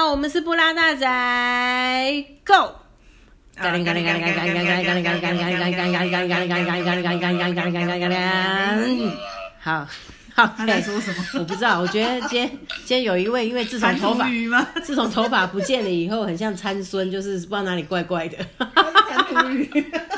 好，我们是布拉大仔 ，Go！ 好， 他在说什么？ 我不知道。我觉得今天有一位，因为自从头发不见了以后，很像参孙，就是不知道哪里怪怪的。 弹涂鱼。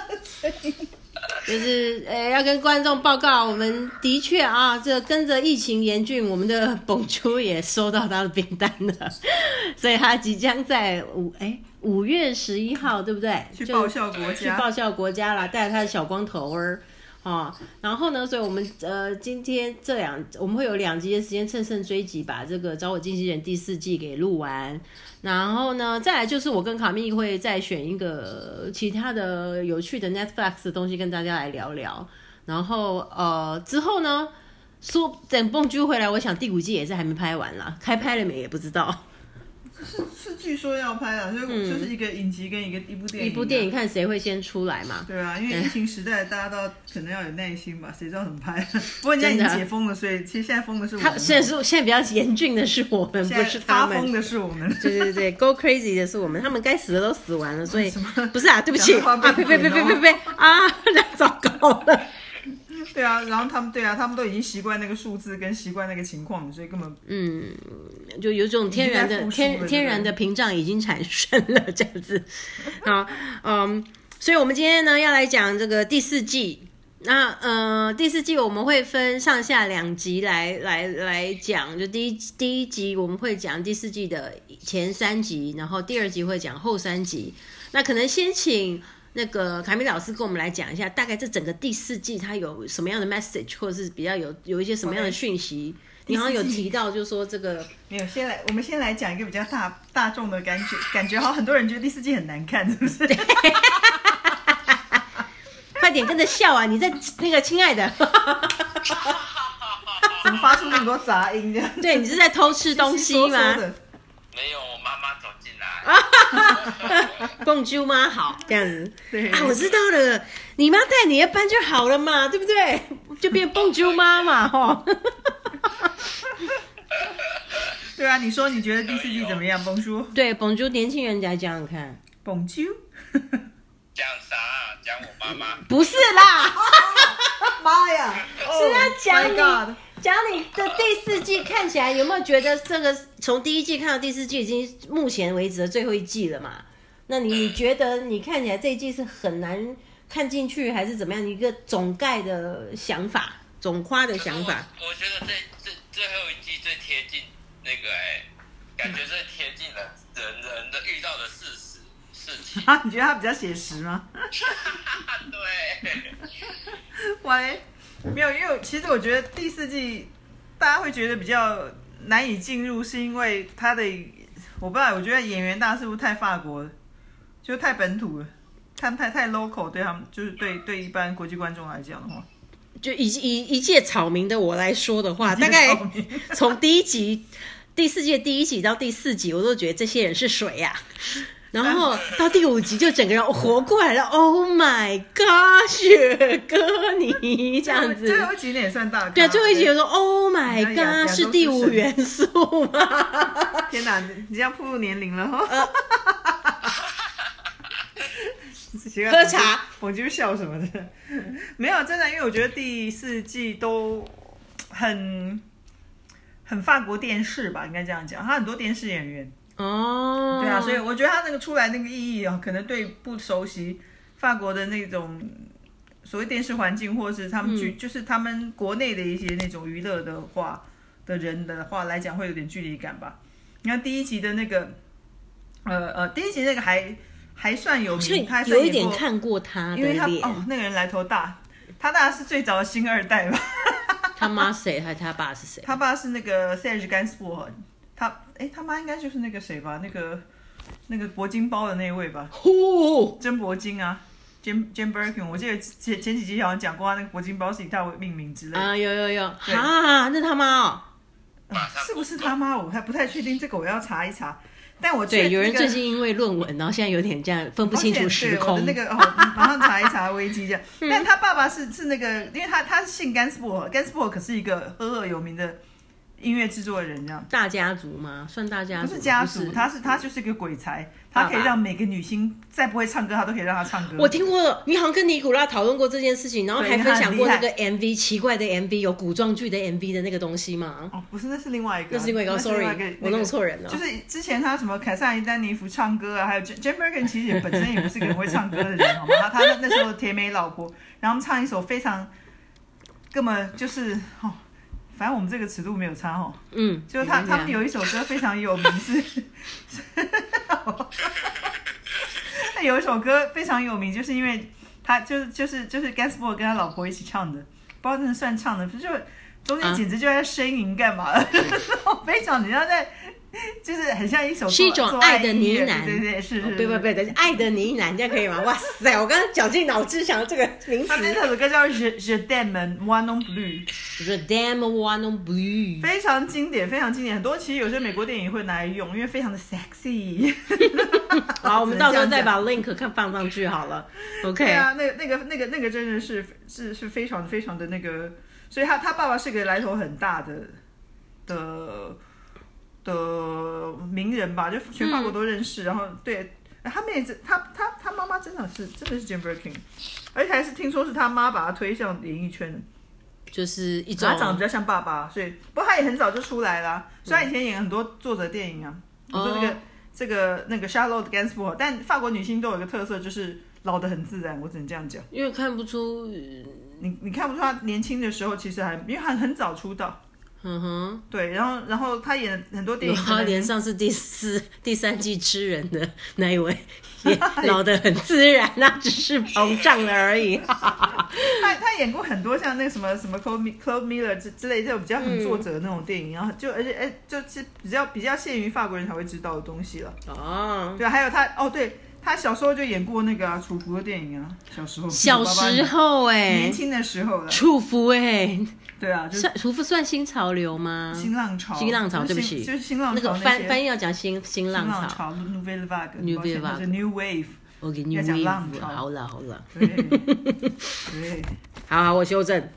就是要跟观众报告，我们的确啊，这跟着疫情严峻，我们的蹦秋也收到他的订单了，所以他即将在5月11号，对不对？ 去报效国家， 去报效国家啦，带着他的小光头儿。然后呢，所以我们今天我们会有2集的时间，乘胜追击，把这个找我经纪人第4季给录完。然后呢，再来就是我跟卡蜜会再选一个其他的有趣的 Netflix 的东西跟大家来聊聊。然后之后呢，等蹦啾回来，我想第5季也是还没拍完啦，开拍了没也不知道。 是据说要拍啊，所以就是一个影集跟一部电影。 一部电影看谁会先出来嘛？ 对啊，因为疫情时代，大家都可能要有耐心吧，谁知道怎么拍？不过人家已经解封了，所以其实现在封的是我们。 现在比较严峻的是我们，不是他们。 发疯的是我们。 对，Go crazy 的是我们，他们该死的都死完了，所以不是啊，对不起啊，呸啊，糟糕了。 对啊，然后他们都已经习惯那个数字跟习惯那个情况，所以根本就有种天然的屏障已经产生了这样子。好，所以我们今天呢要来讲这个第4季。那第4季我们会分上下2集来讲，就第一集我们会讲第4季的前3集，然后第2集会讲后3集。那可能先请那个凯米老师跟我们来讲一下，大概这整个第4季它有什么样的 message， 或者是比较有一些什么样的讯息。你好像有提到，就是说这个没有。我们先来讲一个比较大众的感觉，好像很多人觉得第4季很难看，是不是？ 快点跟着笑啊！你在那个亲爱的， 怎么发出那么多杂音这样？ 对，你是在偷吃东西吗？ 没有，我妈妈走进来。 蹦啾妈好，这样子。 对啊，我知道了，你妈带你的班就好了嘛，对不对？就变蹦啾妈嘛，哈。 对啊，你说你觉得第4季怎么样，蹦啾？ 对，蹦啾年轻人来讲讲看。 蹦啾。 讲啥？讲我妈妈？ 不是啦， 妈呀！ 是要讲你的第4季看起来有没有觉得这个从第1季看到第4季已经目前为止的最后一季了嘛？那你觉得你看起来这一季是很难看进去，还是怎么样？一个总概的想法，总夸的想法。 我觉得这最后一季最贴近那个感觉最贴近了人的遇到的事情。 你觉得它比较写实吗？ 对。 喂，没有，因为其实我觉得第4季大家会觉得比较难以进入，是因为它的我不知道，我觉得演员大是不是太法国了，就太本土了，太 local， 对他们就是对一般国际观众来讲的话， 就以一介草民的我来说的话，大概从第4季的第1集到第4集，我都觉得这些人是谁呀？然后到第5集就整个人活过来了 ，Oh my God， 雪哥你这样子， 最后一集也算大咖， 对，最后一集就说 Oh my God， 是第5元素吗？ 天哪，你这样暴露年龄了哈！ 喝茶， 我就笑什么的，没有真的，因为我觉得第4季都很法国电视吧，应该这样讲，他很多电视演员。对啊，所以我觉得他那个出来那个意义可能对不熟悉法国的那种所谓电视环境，或者是他们就是他们国内的一些那种娱乐的人的话来讲，会有点距离感吧。你看第1集的那个，第1集那个还算有名，他有一点看过他的脸， 因为他那个人来头大，他大概是最早的星2代吧。 他妈谁？还他爸是谁？ 他爸是那个 Serge Gainsbourg。他妈应该就是那个谁吧，那个铂金包的那位吧，真铂金啊 ，Jane Birkin， 我记得前几集好像讲过，他那个铂金包是以他为命名之类的啊， 有啊，那他妈哦， 是不是他妈？我还不太确定，这个我要查一查。但我觉得、 有人最近因为论文，然后现在有点这样分不清楚时空。 我的那个马上查一查危机这样。但他爸爸是那个，因为他是姓甘斯伯可是一个赫赫有名的音乐制作人这样。 大家族吗？算大家族？ 不是家族，他就是一个鬼才，他可以让每个女星再不会唱歌，他都可以让她唱歌。 我听过，你好像跟尼古拉讨论过这件事情，然后还分享过那个 MV 奇怪的 MV， 有古装剧的 MV 的那个东西吗？ 哦，不是，那是另外一个， 那是另外一个 ，sorry， 我弄错人了。 就是之前他什么凯撒琳丹尼弗唱歌啊，还有 Jane Birkin 其实本身也不是个很会唱歌的人，好吗？他那时候的甜美老婆，然后唱一首非常根本就是反正我们这个尺度没有差哦。就是他们有一首歌非常有名是，有一首歌非常有名，就是因为他就是 Gainsbourg 跟他老婆一起唱的，不知道真的算唱的，就中间简直就在呻吟干嘛了，非常你要在。就是很像一首是一种爱的呢喃， 对，是， 不，爱的呢喃，这样可以吗？哇塞，我刚刚绞尽脑汁想这个名词。 他那首歌叫 Je t'aime moi non plus，Je t'aime moi non plus， 非常经典，非常经典。很多其实有些美国电影会拿来用，因为非常的 sexy。 好，我们到时候再把 link 放上去好了。OK。 对啊，那个真的是非常非常的那个，所以他爸爸是个来头很大的名人吧，就全法国都认识。然后对，他妹子，他妈妈真的是 Jane Birkin， 而且还是听说是他妈把他推向演艺圈的， 就是一种他长得比较像爸爸，所以不过他也很早就出来了。虽然以前演很多作者电影啊，我说这个那个 Charlotte Gainsbourg， 但法国女星都有一个特色，就是老得很自然，我只能这样讲， 因为看不出你看不出他年轻的时候其实因为他很早出道。对，然后他演很多电影， 他连上次第三季吃人的那一位也老得很自然，那只是膨胀了而已。 他演过很多像那个什么 Claude Miller 之类这种比较很作者的那种电影，然后而且就是比较限于法国人才会知道的东西了。对，还有他小时候就演过那个楚服的电影啊，小时候年轻的时候了， 楚服对啊， 楚服算新潮流吗？ 新浪潮， 对不起， 就是新浪潮那个翻译要讲新浪潮 ，Nouvelle Vague，New Wave，OK，New Wave， 好了， 对， 好，我修正。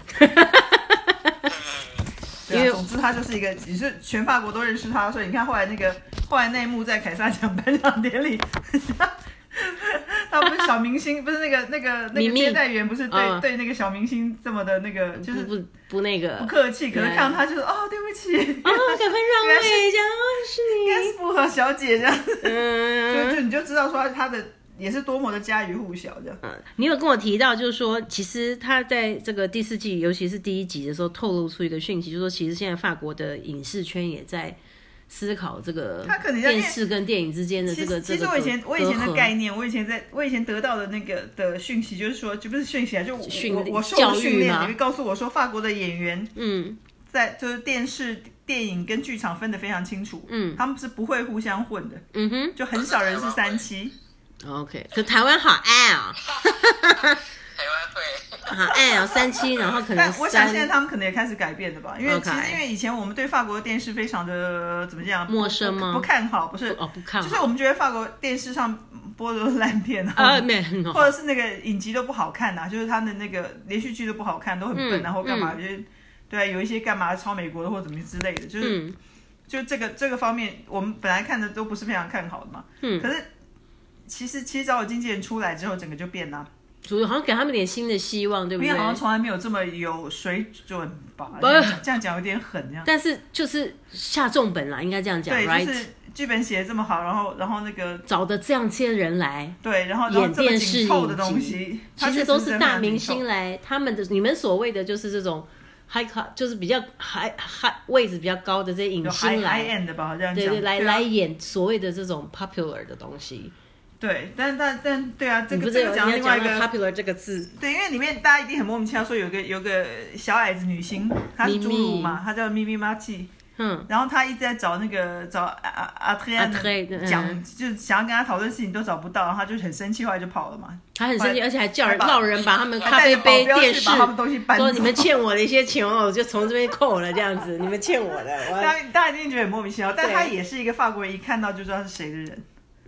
对啊，总之他就是一个，也是全法国都认识他，所以你看后来那一幕在凯撒奖颁奖典礼。他不是小明星，不是那个接待员，不是对那个小明星这么的那个，就是不那个不客气，可是看到他就是对不起， 赶快让位，这样是你， 应该是Gainsbourg小姐这样，就你就知道说他的也是多么的家喻户晓这样。 你有跟我提到，就是说，其实他在这个第4季，尤其是第1集的时候，透露出一个讯息，就是说，其实现在法国的影视圈也在思考这个电视跟电影之间的这个。 其实我以前的概念，我以前得到的那个的讯息，就是说，就不是讯息啊，就我受的训练，你会告诉我说，法国的演员，在就是电视、电影跟剧场分得非常清楚，他们是不会互相混的，就很少人是3-7。 OK， 可台湾好爱啊。 台湾会好爱哦，3-7，然后可能但我想现在他们可能也开始改变了吧，因为其实因为以前我们对法国的电视非常的怎么讲陌生吗？ 不看好，不是不看好， 就是我们觉得法国电视上播的烂片啊，或者是那个影集都不好看啊，就是他的那个连续剧都不好看，都很笨，然后干嘛就是对，有一些干嘛抄美国的或怎么之类的，就是就这个方面，我们本来看的都不是非常看好的嘛，可是其实找我经纪人出来之后，整个就变了。 主要好像给他们点新的希望，对不对？ 因为好像从来没有这么有水准吧？这样讲有点狠，这样。 但是就是下重本啦，应该这样讲。 对，就是剧本写的这么好，然后那个找的这样些人来， 对，然后演电视影的东西， 其实都是大明星来，他们的你们所谓的就是这种 high， 就是比较 high 位置比较高的这些影星来 high end 的吧，好像对来演所谓的这种 popular 的东西。 对，但对啊，这个讲另外一个 popular 这个字， 对，因为里面大家一定很莫名其妙说有个小矮子女星，她是侏儒嘛，她叫咪咪马奇，然后她一直在找阿特讲，就是想要跟她讨论事情都找不到，然后她就很生气，后来就跑了嘛。 她很生气，而且还叫人把他们咖啡杯、电视把他们东西搬走， 说你们欠我的一些钱哦，我就从这边扣了这样子，你们欠我的。 大家一定觉得很莫名其妙，但她也是一个法国人，一看到就知道是谁的人。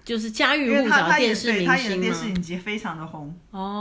就是家喻户晓的电视明星吗？ 他演的电视影集非常的红。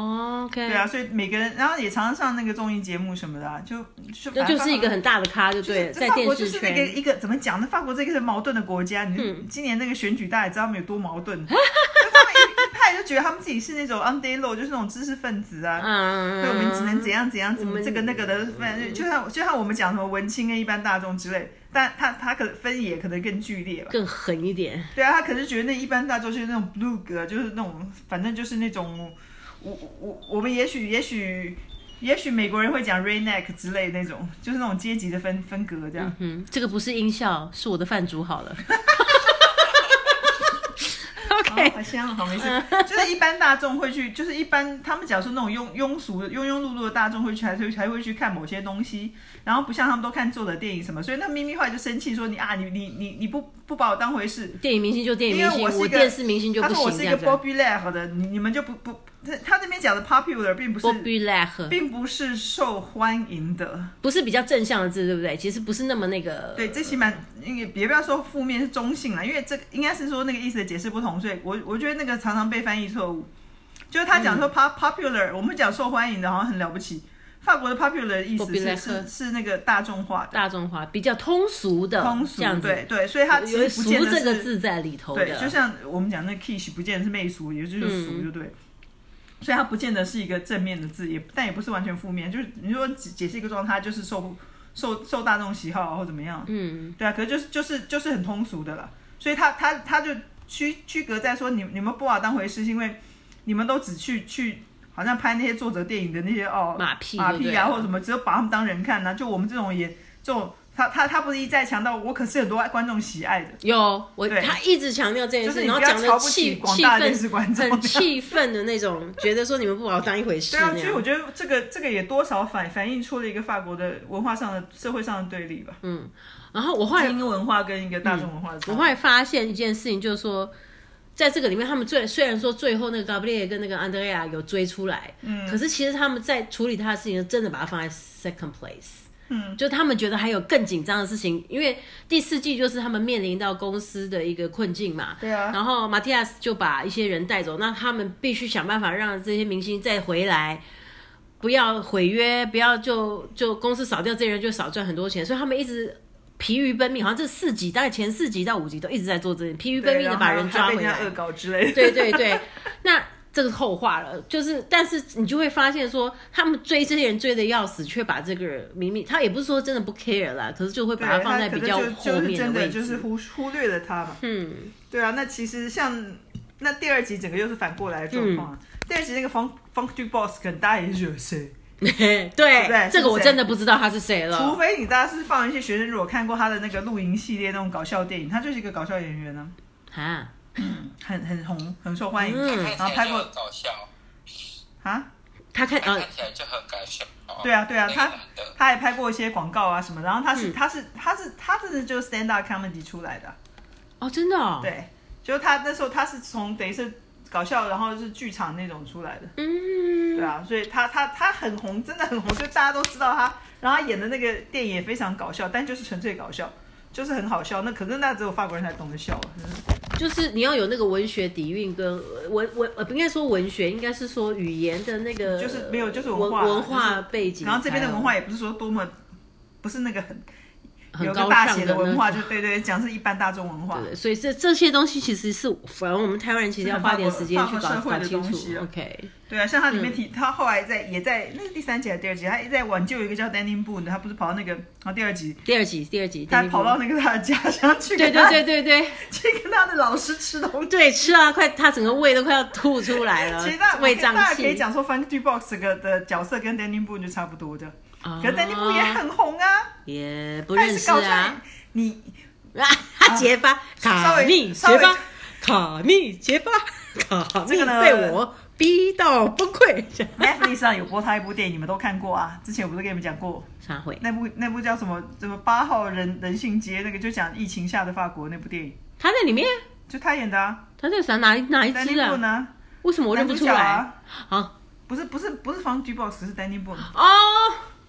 OK。 对啊，所以每个人，然后也常常上那个综艺节目什么的， 就是一个很大的咖，就对了，在电视圈。 就是那个一个怎么讲呢？法国这个是矛盾的国家，今年那个选举大家也知道他们有多矛盾。就他们一派就觉得他们自己是那种 on day low， 就是那种知识分子啊，对，我们只能怎样怎样，怎么这个那个的，就像我们讲什么文青跟一般大众之类，但他可能分野可能更剧烈吧， 更狠一点。 对啊，他可是觉得那一般大众就是那种 blue 格，就是那种反正就是那种我们也许美国人会讲 redneck 之类的那种，就是那种阶级的分隔这样。 这个不是音效，是我的饭煮好了。OK， 好香，好没事。就是一般大众会去，就是一般他们假如说那种庸碌碌的大众会去，还会去看某些东西，然后不像他们都看作者电影什么，所以那咪咪后来就生气说你不把我当回事。 电影明星就电影明星， 因为我电视明星就不行。 他说我是一个 popular 的，你们就不。他这边讲的 popular 并不是 popular， 并不是受欢迎的， 不是比较正向的字，对不对？其实不是那么那个。 对，这起码别不要说负面，是中性啦，因为这应该是说那个意思的解释不同，所以我觉得那个常常被翻译错误。就是他讲说 popular，我们讲受欢迎的好像很了不起。法国的 popular 的意思是那个大众化的， 大众化比较通俗的， 这样子。对，所以它其实不见得是俗这个字在里头的。 对，就像我们讲那 quiche 不见得是媚俗，也就是俗，就对。所以它不见得是一个正面的字，但也不是完全负面。就是你说解释一个状态，就是受大众喜好或怎么样，对啊。可是就是很通俗的啦。所以他就区隔在说你们不把我当回事，是因为你们都只去好像拍那些作者电影的那些马屁啊或者什么，只有把他们当人看啊。就我们这种他不是一再强调，我可是很多观众喜爱的。 他一直强调这件事，然后讲的很气愤的那种，觉得说你们不把我当一回事。 对啊，所以我觉得这个也多少反映出了一个法国的文化上的社会上的对立吧。 然后我后来精英文化跟一个大众文化的我后来发现一件事情，就是说，在这个里面，他们虽然说最后那个 Gabriel 跟那个 Andrea 有追出来，可是其实他们在处理他的事情，真的把它放在 second place。就他们觉得还有更紧张的事情，因为第4季就是他们面临到公司的一个困境嘛。 对啊。 然后 Matthias 就把一些人带走，那他们必须想办法让这些明星再回来，不要毁约，不要就公司扫掉这些人就少赚很多钱，所以他们一直疲于奔命，好像这4集大概前4集到5集都一直在做这件，疲于奔命的把人抓回来， 恶搞之类的。 对，那。这个后话了，但是你就会发现说，他们追这些人追的要死，却把这个人明明他也不是说真的不 care 啦，可是就会把它放在比较后面的位置， 就是忽略了他嘛。对啊，那其实像那第2集整个又是反过来的状况。第2集那个 Funk du Boss 可能大家也是觉得谁？ 对，这个我真的不知道他是谁了。 除非大家是放一些学生如果看过他的那个露营系列那种搞笑电影，他就是一个搞笑演员啊。很红，很受欢迎。然后拍过搞笑他看起来就很搞笑。 对啊，他也拍过一些广告啊什么。然后他真的就是 stand up comedy 出来的。 真的哦。 对，就是他那时候他是从等于是搞笑，然后是剧场那种出来的。对啊，所以他很红，真的很红，就大家都知道他。然后他演的那个电影也非常搞笑，但就是纯粹搞笑。就是很好笑，可是那只有法国人才懂得笑。 就是你要有那个文学底蕴跟不应该说文学，应该是说语言的那个， 就是没有就是文化背景。 然后这边的文化也不是说多么，不是那个有个大写的文化，就对，讲是一般大众文化。 对，所以这些东西其实是，反正我们台湾人其实要花点时间去搞清楚。OK。 对啊，像他里面他后来也在那是第3集还是第2集，他一直在挽救一个叫 Danny Boone 的，他不是跑到那个然后第二集，他跑到那个他的家乡去， 对， 去跟他的老师吃东西， 对，吃啊，他整个胃都快要吐出来了， 其实胃胀气。 大家可以讲说 Funk du Boss 的角色跟 Danny Boone 就差不多的，可是 Danny Boone 也很红啊， 也不认识啊， 你他结巴，卡密结巴，卡密被我逼到崩溃。 Netflix 上有播他一部电影，你们都看过啊？之前我不是跟你们讲过？ 啥会？ 那部叫什么8号人性街，那个就讲疫情下的法国那部电影。 他在里面？ 就他演的啊。 他在哪一支啊？为什么我认不出来？ 不是 Funk du Boss， 是 Danny Boone。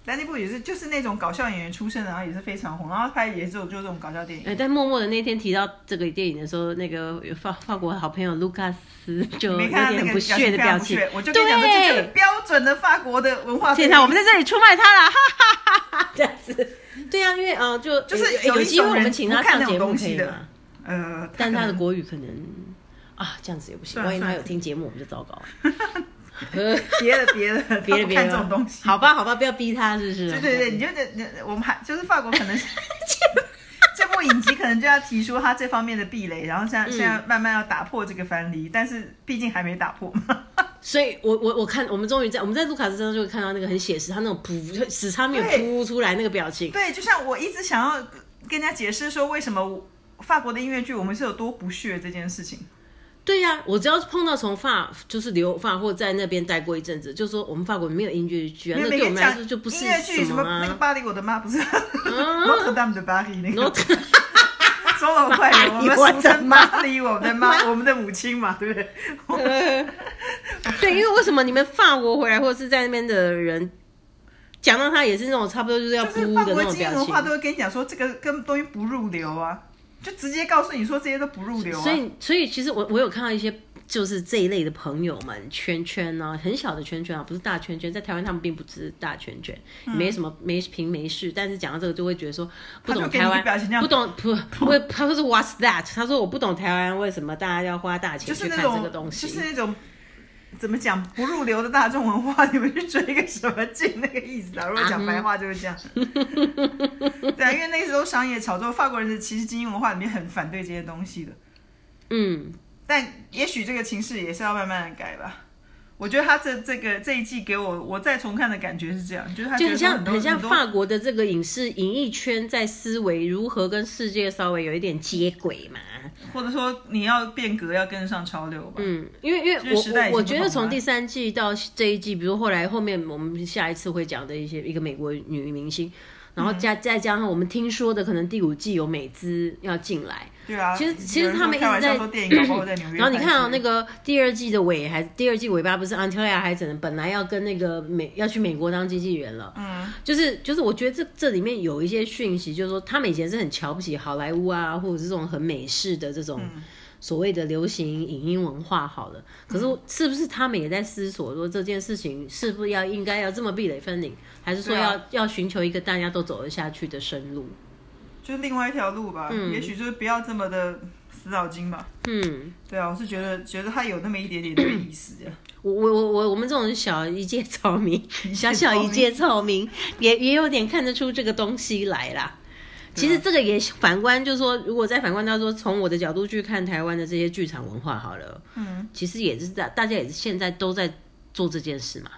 丹尼布也是就是那种搞笑演员出身的，然后也是非常红，然后拍也是就这种搞笑电影。 但默默的那天提到这个电影的时候，那个法国好朋友卢卡斯就有点很不屑的表情。 我就跟你讲，这就是标准的法国的文化。 天哪，我们在这里出卖他了，哈哈哈哈！这样子。对啊，因为就是有机会我们请他上节目可以吗？ 但他的国语可能这样子也不行，万一他有听节目，我们就糟糕了。 别了，看这种东西。 好吧，不要逼他，是不是？ 对，你就我们还就是法国可能这部影集可能就要提出他这方面的壁垒，然后现在慢慢要打破这个藩篱，但是毕竟还没打破嘛。 所以我看我们终于我们在卢卡斯身上就会看到那个很写实，他那种死叉没有扑出来那个表情。 对，就像我一直想要跟人家解释说，为什么法国的音乐剧我们是有多不屑这件事情。 对呀，我只要碰到从就是留法或在那边待过一阵子，就说我们法国没有音乐剧啊，那对我们来说就不是音乐剧什么那个巴黎我的妈不是Notre Dame de Paris那个钟楼怪人，我们俗称巴黎我们的妈，我们的母亲嘛，对不对？ 对，因为为什么你们法国回来或者是在那边的人讲到他也是那种差不多就是要哭的那种表情， 就是法国精英文化都会跟你讲说这个跟东西不入流啊。就直接告诉你说这些都不入流啊。 所以其实我有看到一些就是这一类的朋友们圈啊，很小的圈啊，不是大圈，在台湾他们并不是大圈，没什么没评没事，但是讲到这个就会觉得说不懂台湾，不懂他说是 What's that？ 他说我不懂台湾为什么大家要花大钱去看这个东西， 就是那种。怎么讲不入流的大众文化，你们去追个什么劲那个意思啊？如果讲白话就是这样。对啊，因为那时候商业炒作，法国人其实精英文化里面很反对这些东西的。但也许这个情势也是要慢慢的改吧。我觉得他这一季给我再重看的感觉是这样，就是他觉得很像法国的这个影艺圈在思维如何跟世界稍微有一点接轨嘛， 或者说你要变革要跟得上潮流吧。 因为我觉得从第3季到这一季，比如后面我们下一次会讲的一个美国女明星，然后再加上我们听说的可能第5季有美姿要进来。 对啊， 其实他们一直在说电影搞不好在纽约。 然后你看那个第二季尾巴不是安特利亚还本来要跟那个要去美国当经纪人了。就是我觉得这里面有一些讯息，就是说他们以前是很瞧不起好莱坞啊，或者是这种很美式的这种所谓的流行影音文化好了。可是是不是他们也在思索说这件事情是不是应该要这么壁垒分明，还是说要寻求一个大家都走得下去的生路？ 就是另外一条路吧，也许就是不要这么的死脑筋吧。对啊，我是觉得他有那么一点点这个意思。 我们这种小一介草民，小一介草民也有点看得出这个东西来啦。其实这个也反观，就是说，如果再反观到说，从我的角度去看台湾的这些剧场文化好了，其实也是大家也是现在都在做这件事嘛，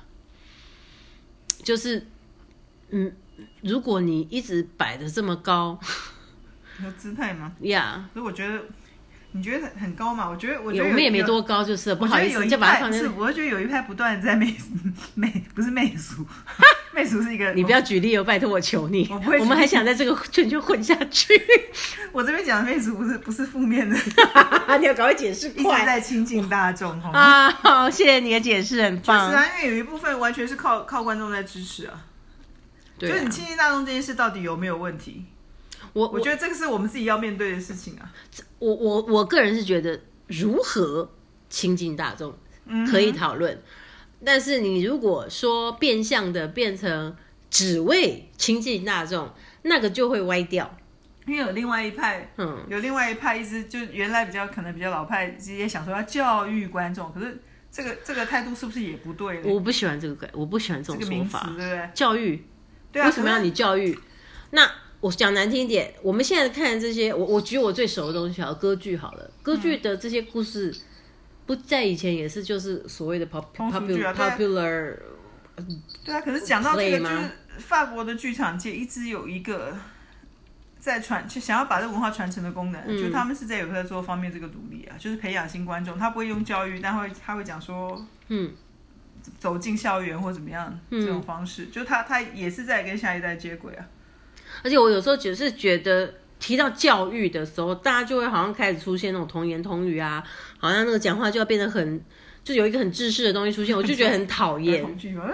就是如果你一直摆得这么高， 有姿态吗？ 呀， 所以我觉得，你觉得很高嘛？我觉得我们也没多高，就是不好意思，就把它放在。 我觉得有一派不断的在不是媚俗，媚俗是一个。 你不要举例哦，拜托我求你。我们还想在这个圈圈混下去。 我这边讲的媚俗不是负面的， 你要赶快解释快。 一直在亲近大众，好吗？ 啊，好，谢谢你的解释，很棒。 是啊，因为有一部分完全是靠观众在支持啊。对啊，就是你亲近大众这件事到底有没有问题？我觉得这个是我们自己要面对的事情啊。 我个人是觉得如何亲近大众可以讨论，但是你如果说变相的变成只为亲近大众，那个就会歪掉。 因为有另外一派，一直就原来可能比较老派，直接想说要教育观众，可是这个态度是不是也不对呢？ 我不喜欢我不喜欢这种说法， 对不对？ 教育， 对啊， 为什么要你教育？那我讲难听一点，我们现在看的这些，我举我最熟的东西好了，歌剧好了，歌剧的这些故事，不在以前也是就是所谓的 popular。 对啊，可是讲到这个，就是法国的剧场界一直有一个在想要把这文化传承的功能，就他们是有在做方面这个努力啊，就是培养新观众，他不会用教育，但他会讲说，走进校园或怎么样这种方式，就他也是在跟下一代接轨啊。 而且我有时候只是觉得提到教育的时候，大家就会好像开始出现那种童言童语啊，好像那个讲话就要变得就有一个很制式的东西出现，我就觉得很讨厌。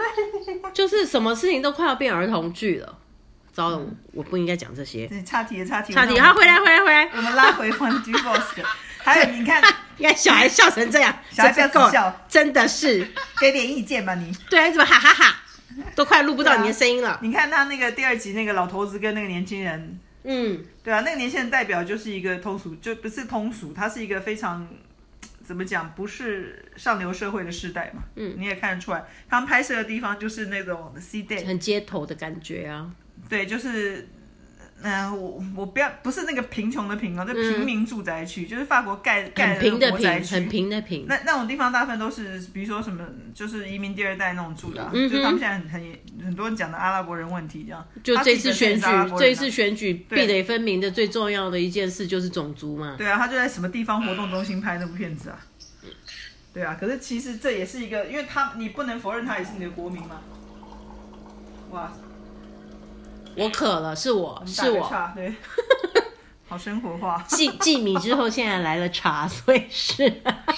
就是什么事情都快要变儿童剧了。糟了，我不应该讲这些。 岔题。 好，回来。 我们拉回《Fondue Bosque》。还有你看小孩笑成这样， 小孩不要只笑， 真的是给点意见吧你。 对，怎么哈哈哈，都快录不到你的声音了。 你看他那个第2集那个老头子跟那个年轻人，对啊，那个年轻人代表就是一个通俗，就不是通俗，他是一个非常怎么讲，不是上流社会的世代嘛。你也看得出来，他们拍摄的地方就是那种 sea day， 很街头的感觉啊。 对，就是，我不是那个贫穷的贫哦，这平民住宅区，就是法国盖的国宅区， 很平的平。 那种地方大部分都是，比如说什么，就是移民第2代那种住的，就他们现在很多人讲的阿拉伯人问题这样。 就这次选举壁垒分明的最重要的一件事就是种族嘛。 对啊，他就在什么地方活动中心拍那部片子啊。对啊，可是其实这也是一个，因为你不能否认他也是你的国民嘛。哇。 我渴了，是我， 对，好生活化。 继米之后，现在来了茶，所以是。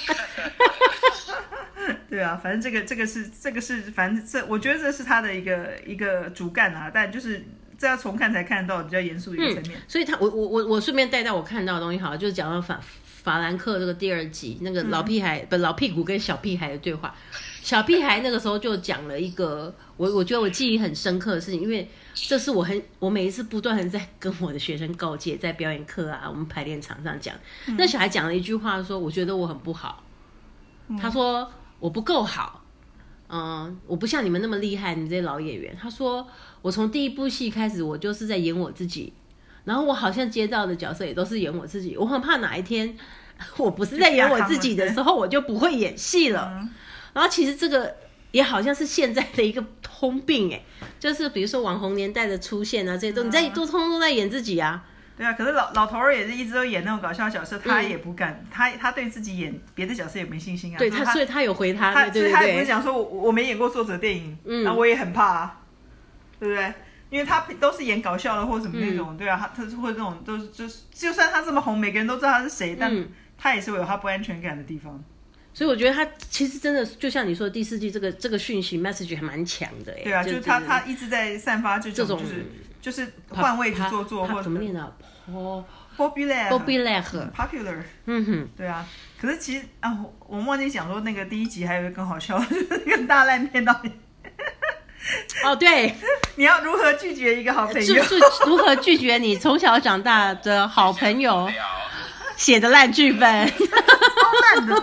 对啊，反正这个是，反正我觉得这是他的一个主干啊，但就是这要重看才看到比较严肃的一个层面。 所以我顺便带到我看到的东西，好了，就是讲到法兰克这个第2集，那个老屁孩老屁股跟小屁孩的对话。小屁孩那个时候就讲了一个我觉得我记忆很深刻的事情，因为这是我每一次不断的在跟我的学生告诫，在表演课啊，我们排练场上讲。那小孩讲了一句话说，我觉得我很不好。他说我不够好，我不像你们那么厉害，你们这些老演员。他说我从第1部戏开始，我就是在演我自己，然后我好像接到的角色也都是演我自己。我很怕哪一天我不是在演我自己的时候，我就不会演戏了。然后其实这个也好像是现在的一个通病就是比如说网红年代的出现啊，这些都你通通都在演自己啊。 对啊，可是老头儿也是一直都演那种搞笑角色，他也不敢，他对自己演别的角色也没信心啊。 对他，所以他有回他，对， 他也不是讲说我没演过作者电影，然后我也很怕啊，对不对？因为他都是演搞笑的或什么那种，对啊，他或者那种都是就算他这么红，每个人都知道他是谁，但他也是会有他不安全感的地方。 所以我觉得他其实真的就像你说，第4季这个讯息 message 还蛮强的对啊，就是他一直在散发这种就是换位置做或者怎么念的 popular， 对啊。可是其实啊，我们忘记讲说那个第1集还有一个更好笑，那个大烂片到底。 对， 你要如何拒绝一个好朋友？ 如何拒绝你从小长大的好朋友写的烂剧本？ 超烂的。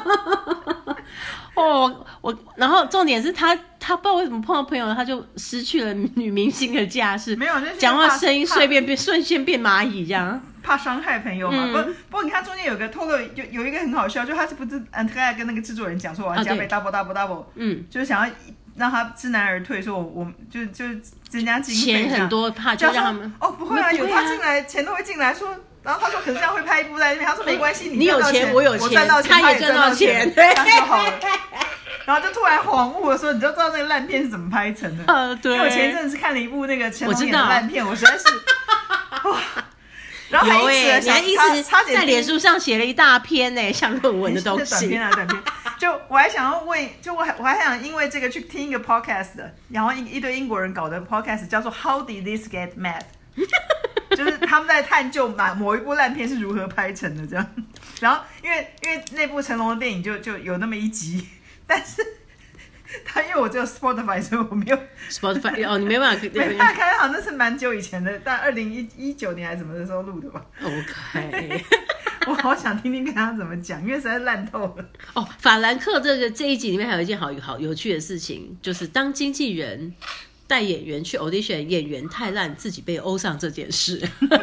然后重点是他不知道为什么碰到朋友，他就失去了女明星的架势， 没有讲话声音瞬间变蚂蚁这样。 怕伤害朋友嘛？不过你看中间有个透露有一个很好笑，就他是不是很爱跟那个制作人讲说我要加倍 double， 就是想要让他知难而退，说我就增加经费， 钱很多，怕就让他们不会啊，有他进来钱都会进来说。然后他说：“可是这样会拍一部在那边。”他说：“没关系， 你有钱，我有钱， 我赚到钱， 他也赚到钱， 这样就好了。”然后就突然恍悟的时候，你就知道那个烂片是怎么拍成的。 对。 因为我前一阵子看了一部那个成龙演的烂片，我实在是哇。然后你还一直在脸书上写了一大篇像论文的东西。 短篇。就我还想要问，我还想因为这个去听一个 podcast 的，然后一堆英国人搞的 podcast 叫做 How Did This Get Made？ 就是他们在探究某一部烂片是如何拍成的这样。然后因为那部成龙的电影就有那么一集，但是因为我只有 Spotify， 所以我没有 Spotify 你没办法没办法看，好像那是蛮久以前的，但2019年还是什么的时候录的吧。 OK 我好想听听看他怎么讲，因为实在烂透了。 法兰克这一集里面还有一件好有趣的事情，就是当经纪人带演员去 audition， 演员太烂自己被欧上这件事。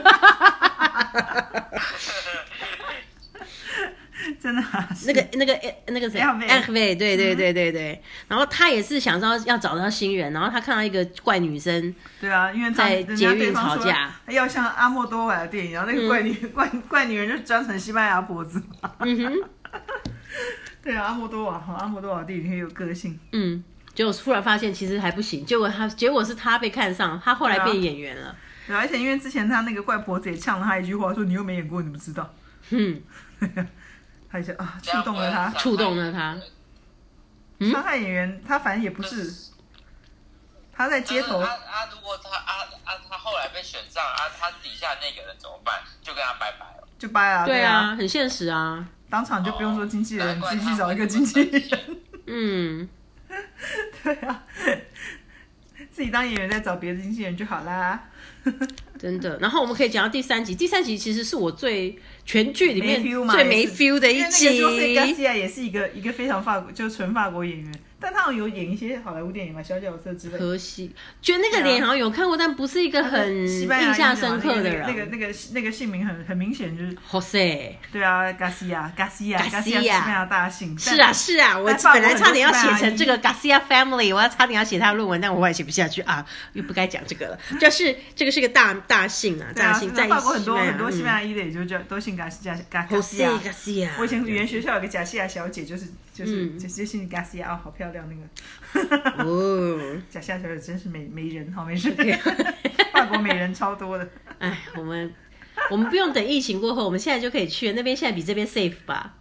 真的那个谁 Hervé 对，然后他也是想要找到新人，然后他看到一个怪女生， 对啊，因为在捷运吵架， 要像阿莫多瓦的电影，然后那个怪女人就装成西班牙婆子嘛。对啊，阿莫多瓦电影很有个性。 结果突然发现其实还不行，结果是他被看上，他后来变演员了。 对，而且因为之前他那个怪婆子也呛了他一句话，说你又没演过，你不知道。他就触动了他。伤害演员，他反正也不是。 他在街头。 如果他后来被选上他底下那个人怎么办？就跟他拜拜了。 就拜啊。 对啊，很现实啊。 当场就不用说经纪人，自己去找一个经纪人。 对啊，自己当演员再找别的经纪人就好啦。 真的，然后我们可以讲到第三集。第三集其实是我全剧里面最没 feel 的一集。 因为那个Garcia也是一个非常法国，就是纯法国演员，但他好像有演一些好莱坞电影嘛，小角色之类的。 可惜，觉得那个脸好像有看过，但不是一个很印象深刻的人。 那个姓名很明显就是 Jose。 对啊，Garcia 是西班牙大姓。 是啊，我本来差点要写成这个 Garcia Family， 我差点要写他的论文，但我也写不下去啊，又不该讲这个了。就是这个是个大姓啊，大姓在法国很多西班牙裔的也就都姓Garcia。我以前语言学校有个贾西亚小姐，就是姓 Garcia 哦，好漂亮那个。哦，贾西亚小姐真是美人，好没事。法国美人超多的。 哎，我们不用等疫情过后，我们现在就可以去那边，现在比这边 safe 吧？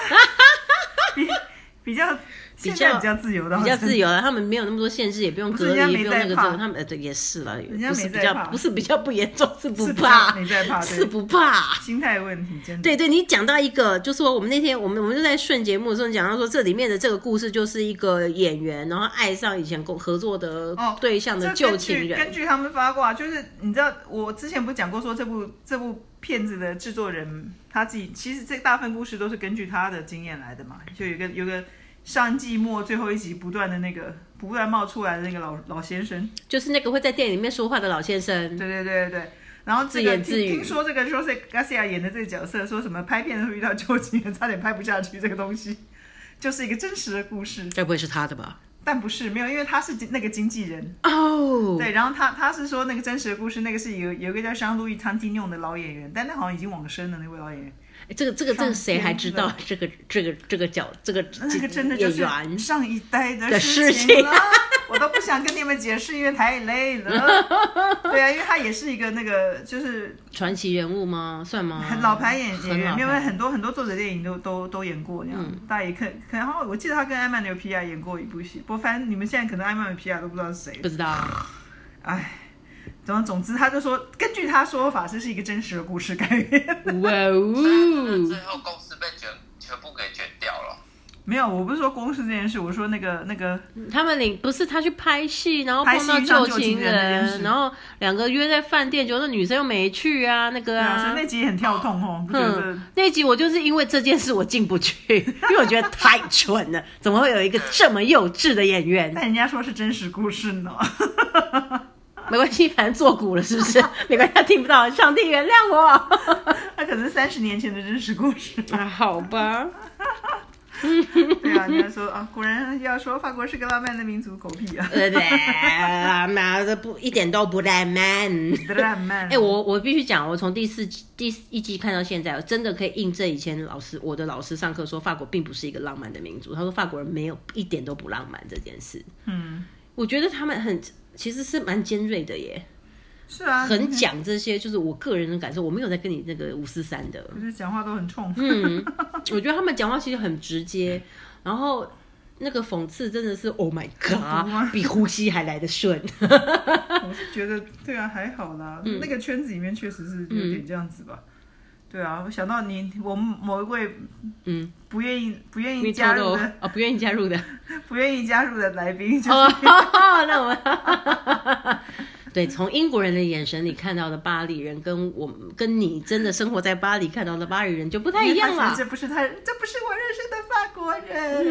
比较自由的， 比较自由了。他们没有那么多限制，也不用隔离，不用那个他们也是了，不是比较不严重，是不怕， 没在怕， 是不怕， 心态问题真的。 对，你讲到一个，就是说我们那天我们就在顺节目的时候讲到说，这里面的这个故事就是一个演员，然后爱上以前合作的对象的旧情人。 根据他们八卦，就是你知道我之前不是讲过说这部片子的制作人他自己，其实这大部分故事都是根据他的经验来的嘛，就有个上季末最后一集不断冒出来的那个老先生， 就是那个会在电影里面说话的老先生。 对。然后自言自语， 听说这个 Jose Garcia 演的这个角色，说什么拍片的时候遇到旧情人，差点拍不下去，这个东西就是一个真实的故事。 该不会是他的吧？ 但不是，没有，因为他是那个经纪人哦。 对，然后他是说那个真实的故事，那个是有一个叫香路易汤蒂纽的老演员，但那好像已经往生了那位老演员。 这个谁还知道这个那个真的就是上一代的事情了，我都不想跟你们解释，因为太累了。对啊，因为他也是一个那个就是传奇人物吗？算吗？ 很老牌演员，因为很多作者电影都演过那样。大家也可能我记得他跟艾曼纽皮亚演过一部戏，不过反正你们现在可能艾曼纽皮亚都不知道是谁。 不知道。 哎。总之，他就说，根据他说法，这是一个真实的故事改编。 哇哦！ 最后公司被全部给卷掉了。 没有，我不是说公司这件事，我说那个他们不是他去拍戏，然后碰到旧情人，然后两个约在饭店，结果那女生又没去啊，那个啊， 所以那集也很跳痛哦。不觉得那集我就是因为这件事我进不去，因为我觉得太蠢了，怎么会有一个这么幼稚的演员？ 但人家说是真实故事呢。 没关系，反正做古了，是不是？没关系，他听不到，上帝原谅我。 他可能30年前的真实故事啊，好吧。 对啊，人家说啊，古人要说法国是个浪漫的民族，狗屁啊！ 对，这不一点都不浪漫。 浪漫。 我必须讲，我从第一季看到现在，我真的可以印证以前我的老师上课说，法国并不是一个浪漫的民族。他说法国人没有一点都不浪漫这件事。我觉得他们其实是蛮尖锐的耶， 是啊， 很讲这些，就是我个人的感受，我没有在跟你那个543的， 我觉得讲话都很冲。 我觉得他们讲话其实很直接，然后那个讽刺真的是 Oh my God， 比呼吸还来得顺。 我是觉得对啊，还好啦，那个圈子里面确实是有点这样子吧。对啊，我想到我们某一位不愿意加入的不愿意加入的不愿意加入的来宾，就是那我们对，从英国人的眼神里看到的巴黎人，跟你真的生活在巴黎看到的巴黎人就不太一样了。 这不是我认识的法国人。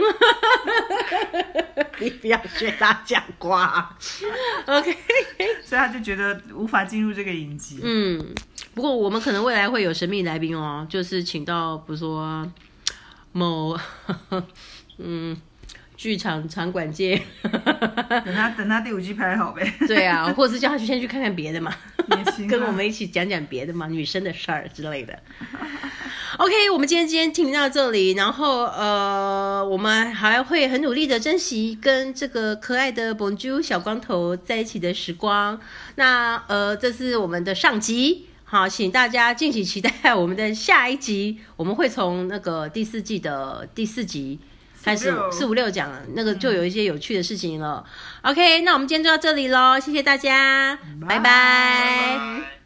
你不要学他讲话。OK， 所以他就觉得无法进入这个影集。 不过我们可能未来会有神秘来宾哦，就是请到比如说某剧场场馆界， 等他第5季拍好呗。 对啊，或者是叫他先去看看别的嘛， 也行啊， 跟我们一起讲讲别的嘛，女生的事儿之类的。OK， 我们今天听到这里，然后我们还会很努力的珍惜跟这个可爱的 Bonjour 小光头在一起的时光。那这是我们的上集。好，请大家敬请期待我们的下一集，我们会从那个第4季的第4集开始4、5、6讲了，那个就有一些有趣的事情了。OK， 那我们今天就到这里咯，谢谢大家，拜拜。